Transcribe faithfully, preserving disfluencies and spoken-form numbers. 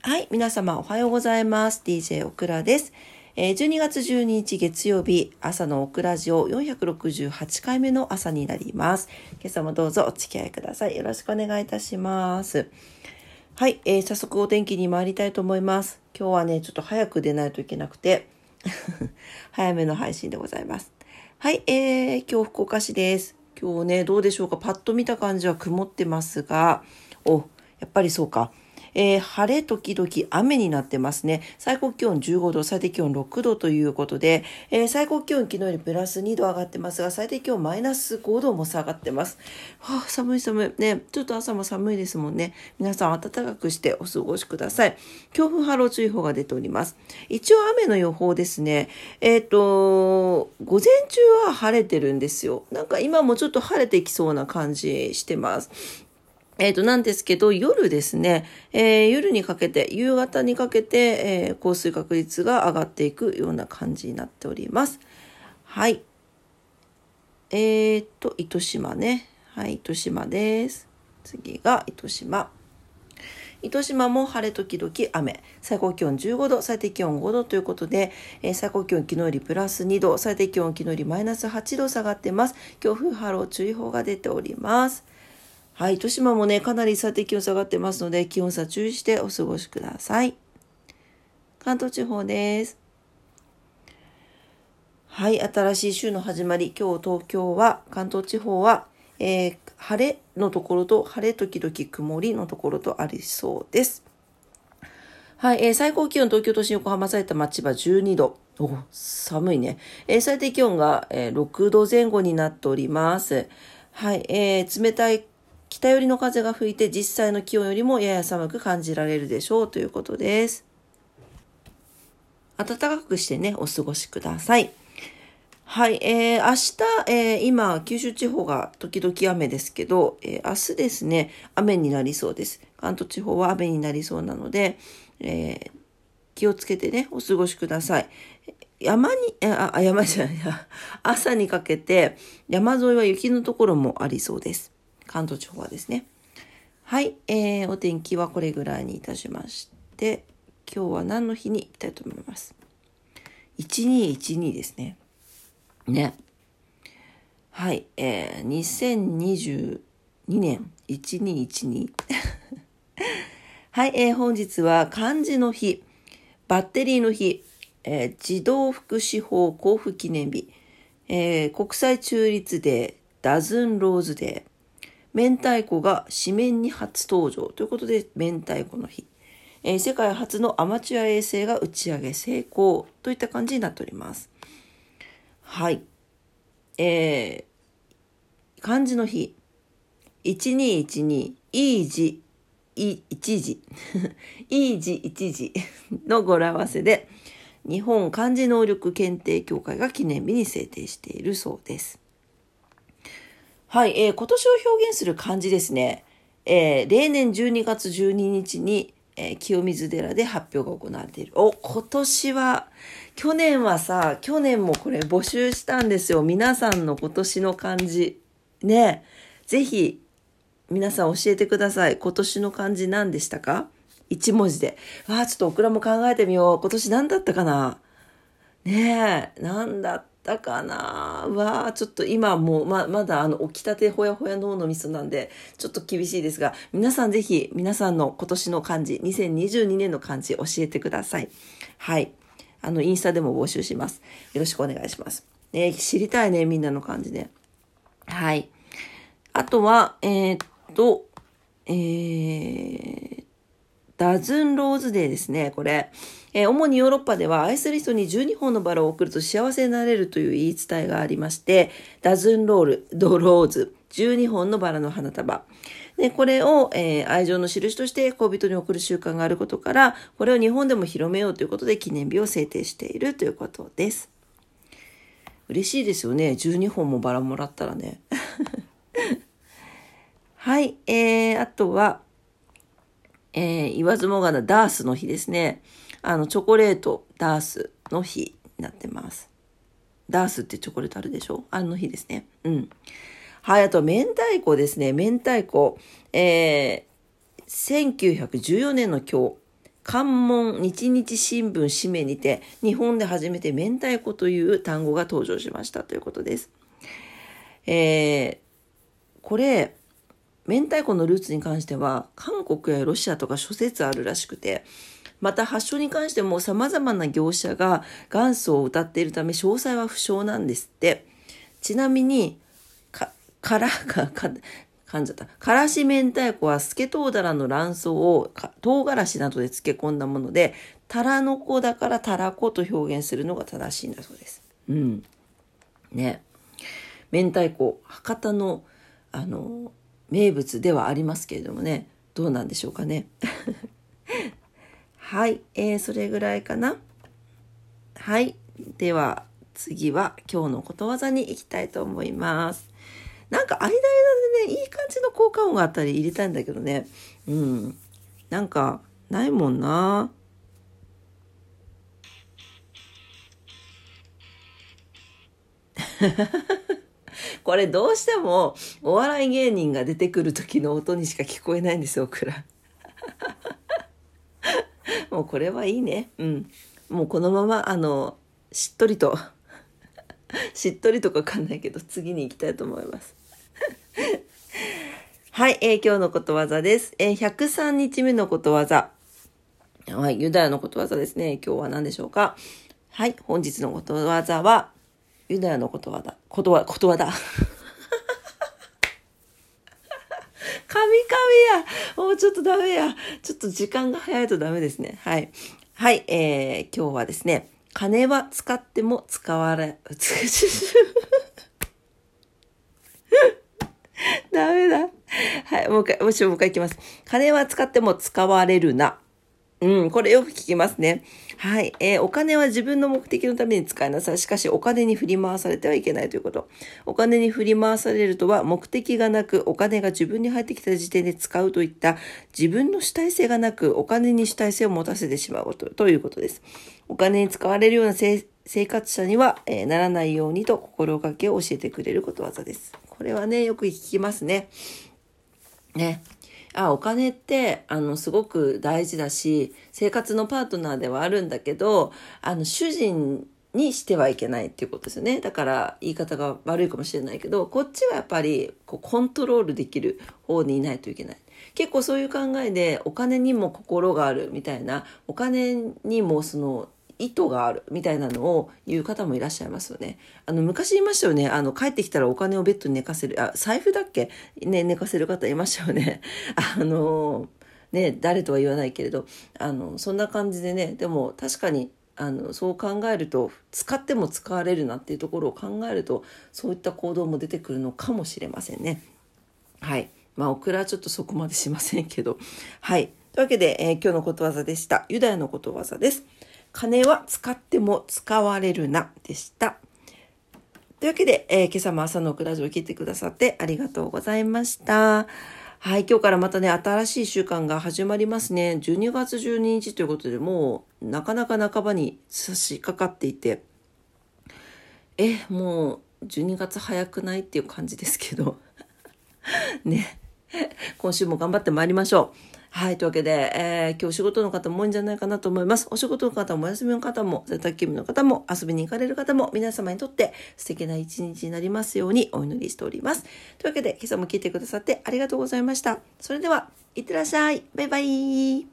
はい、皆様おはようございます。ディージェー オクラです。えー、じゅうにがつじゅうににち月曜日、朝のオクラジオよんひゃくろくじゅうはちかいめの朝になります。今朝もどうぞお付き合いください。よろしくお願いいたします。はい、えー、早速お天気に参りたいと思います。今日はね、ちょっと早く出ないといけなくて、早めの配信でございます。はい、えー、今日福岡市です。今日ね、どうでしょうか。パッと見た感じは曇ってますが、お、やっぱりそうか。えー、晴れ時々雨になってますね。最高気温じゅうごど、最低気温ろくどということで、えー、最高気温昨日よりプラスにど上がってますが、最低気温マイナスごども下がってます。はあ、寒い寒い。ね、ちょっと朝も寒いですもんね。皆さん暖かくしてお過ごしください。強風波浪注意報が出ております。一応雨の予報ですね。えっと、午前中は晴れてるんですよ。なんか今もちょっと晴れてきそうな感じしてます。えっと、なんですけど、夜ですね、えー、夜にかけて、夕方にかけて、えー、降水確率が上がっていくような感じになっております。はい。えー、っと、糸島ね。はい、糸島です。次が糸島。糸島も晴れ時々雨。最高気温じゅうごど、最低気温ごどということで、えー、最高気温昨日よりプラスにど、最低気温昨日よりマイナスはちど下がってます。強風波浪注意報が出ております。はい、糸島もね、かなり最低気温下がってますので、気温差注意してお過ごしください。関東地方です。はい、新しい週の始まり、今日東京は、関東地方は、えー、晴れのところと、晴れ時々曇りのところとありそうです。はい、えー、最高気温東京都心、横浜、埼玉、千葉じゅうにど。お、寒いね。えー、最低気温が、えー、ろくどぜん後になっております。はい、えー、冷たい北寄りの風が吹いて実際の気温よりもやや寒く感じられるでしょうということです。暖かくしてね、お過ごしください。はい、えー、明日、えー、今、九州地方が時々雨ですけど、えー、明日ですね、雨になりそうです。関東地方は雨になりそうなので、えー、気をつけてね、お過ごしください。山に、あ、山じゃない、朝にかけて山沿いは雪のところもありそうです。関東地方はですね。はい、えー、お天気はこれぐらいにいたしまして、今日は何の日に行きたいと思います。いちにいちにですね。ね。はい、えー、にせんにじゅうにねんいちにいちに。はい、えー、本日は漢字の日、バッテリーの日、えー、児童福祉法交付記念日、えー、国際中立デー、ダズンローズデー、明太子が紙面に初登場ということで明太子の日、えー、世界初のアマチュア衛星が打ち上げ成功といった感じになっております。はい、えー、漢字の日いちにいちにいい字い一時いい字一時の語呂合わせで日本漢字能力検定協会が記念日に制定しているそうです。はい、えー、今年を表現する漢字ですね。えー、例年じゅうにがつじゅうににちに、えー、清水寺で発表が行われている。お、今年は、去年はさ、去年もこれ募集したんですよ。皆さんの今年の漢字。ね、ぜひ皆さん教えてください。今年の漢字何でしたか？一文字で。わあ、ちょっとオクラも考えてみよう。今年何だったかな？ねえ、何だったかな？わあ、ちょっと今もうま、まだあの、起きたてほやほや脳のみそなんで、ちょっと厳しいですが、皆さんぜひ、皆さんの今年の漢字、にせんにじゅうにねんの漢字教えてください。はい。あの、インスタでも募集します。よろしくお願いします。ね、知りたいね、みんなの漢字ね。はい。あとは、えー、っと、えー、ダズンローズデーですね、これ。えー、主にヨーロッパでは愛する人にじゅうにほんのバラを贈ると幸せになれるという言い伝えがありまして、ダズンロール、ドローズ、じゅうにほんのバラの花束。で、これを、えー、愛情の印として恋人に贈る習慣があることから、これを日本でも広めようということで記念日を制定しているということです。嬉しいですよね。じゅうにほんもバラもらったらね。はい、えー、あとは、えー、言わずもがなダースの日ですね。あの、チョコレートダースの日になってます。ダースってチョコレートあるでしょ？あの日ですね。うん。はい、あと、明太子ですね。明太子。えー、せんきゅうひゃくじゅうよねんの今日、 関門日日新聞紙面にて日本で初めて明太子という単語が登場しましたということです。えー、これ明太子のルーツに関しては韓国やロシアとか諸説あるらしくて、また発祥に関しても様々な業者が元祖を謳っているため詳細は不詳なんですって。ちなみにかからかか噛んじゃった。からし明太子はスケトウダラの卵巣を唐辛子などで漬け込んだもので、タラの子だからタラコと表現するのが正しいんだそうです。うん。ね。明太子、博多の、あの、名物ではありますけれどもね、どうなんでしょうかね。はい、えー、それぐらいかな。はい。では、次は今日のことわざに行きたいと思います。なんか間々でね、いい感じの効果音があったり入れたいんだけどね。うん。なんか、ないもんな。これどうしてもお笑い芸人が出てくる時の音にしか聞こえないんですよ、僕ら。もうこれはいいね。うん。もうこのまま、あの、しっとりと、しっとりとかわかんないけど、次に行きたいと思います。はい、えー、今日のことわざです。えー、ひゃくさんにちめのことわざ。はい、ユダヤのことわざですね。今日は何でしょうか。はい、本日のことわざは、ユダヤのことわざ。ことわ、ことわざ。神々や。もうちょっとダメや。ちょっと時間が早いとダメですね。はい。はい、えー、今日はですね、金は使っても使われ、ダメだ。はい、もう一回、もう一回、もう一回いきます。金は使っても使われるな。うん、これよく聞きますね。はい。えー、お金は自分の目的のために使いなさい。しかし、お金に振り回されてはいけないということ。お金に振り回されるとは、目的がなく、お金が自分に入ってきた時点で使うといった、自分の主体性がなく、お金に主体性を持たせてしまうこと、ということです。お金に使われるような生活者には、えー、ならないようにと心がけを教えてくれることわざです。これはね、よく聞きますね。ね。あ、お金って、あの、すごく大事だし、生活のパートナーではあるんだけど、あの、主人にしてはいけないっていうことですよね。だから、言い方が悪いかもしれないけど、こっちはやっぱり、こう、コントロールできる方にいないといけない。結構そういう考えで、お金にも心があるみたいな、お金にもその、意図があるみたいなのを言う方もいらっしゃいますよね。あの昔言いましたよね。あの帰ってきたらお金をベッドに寝かせる、あ、財布だっけね、寝かせる方いましたよね。あのね、誰とは言わないけれど、あのそんな感じでね。でも確かにあのそう考えると、使っても使われるなっていうところを考えると、そういった行動も出てくるのかもしれませんね。はい。まあオクラはちょっとそこまでしませんけど、はい。というわけで、えー、今日のことわざでした。ユダヤのことわざです。金は使っても使われるなでした。というわけで、えー、今朝も朝のオクラジオを聞いてくださってありがとうございました。はい、今日からまたね、新しい週間が始まりますね。じゅうにがつじゅうににちということで、もうなかなか半ばに差し掛かっていて、え、もうじゅうにがつ早くないっていう感じですけど、ね、今週も頑張ってまいりましょう。はい。というわけで、えー、今日お仕事の方も多いんじゃないかなと思います。お仕事の方もお休みの方も、在宅勤務の方も、遊びに行かれる方も、皆様にとって素敵な一日になりますようにお祈りしております。というわけで、今朝も聞いてくださってありがとうございました。それでは、いってらっしゃい。バイバイ。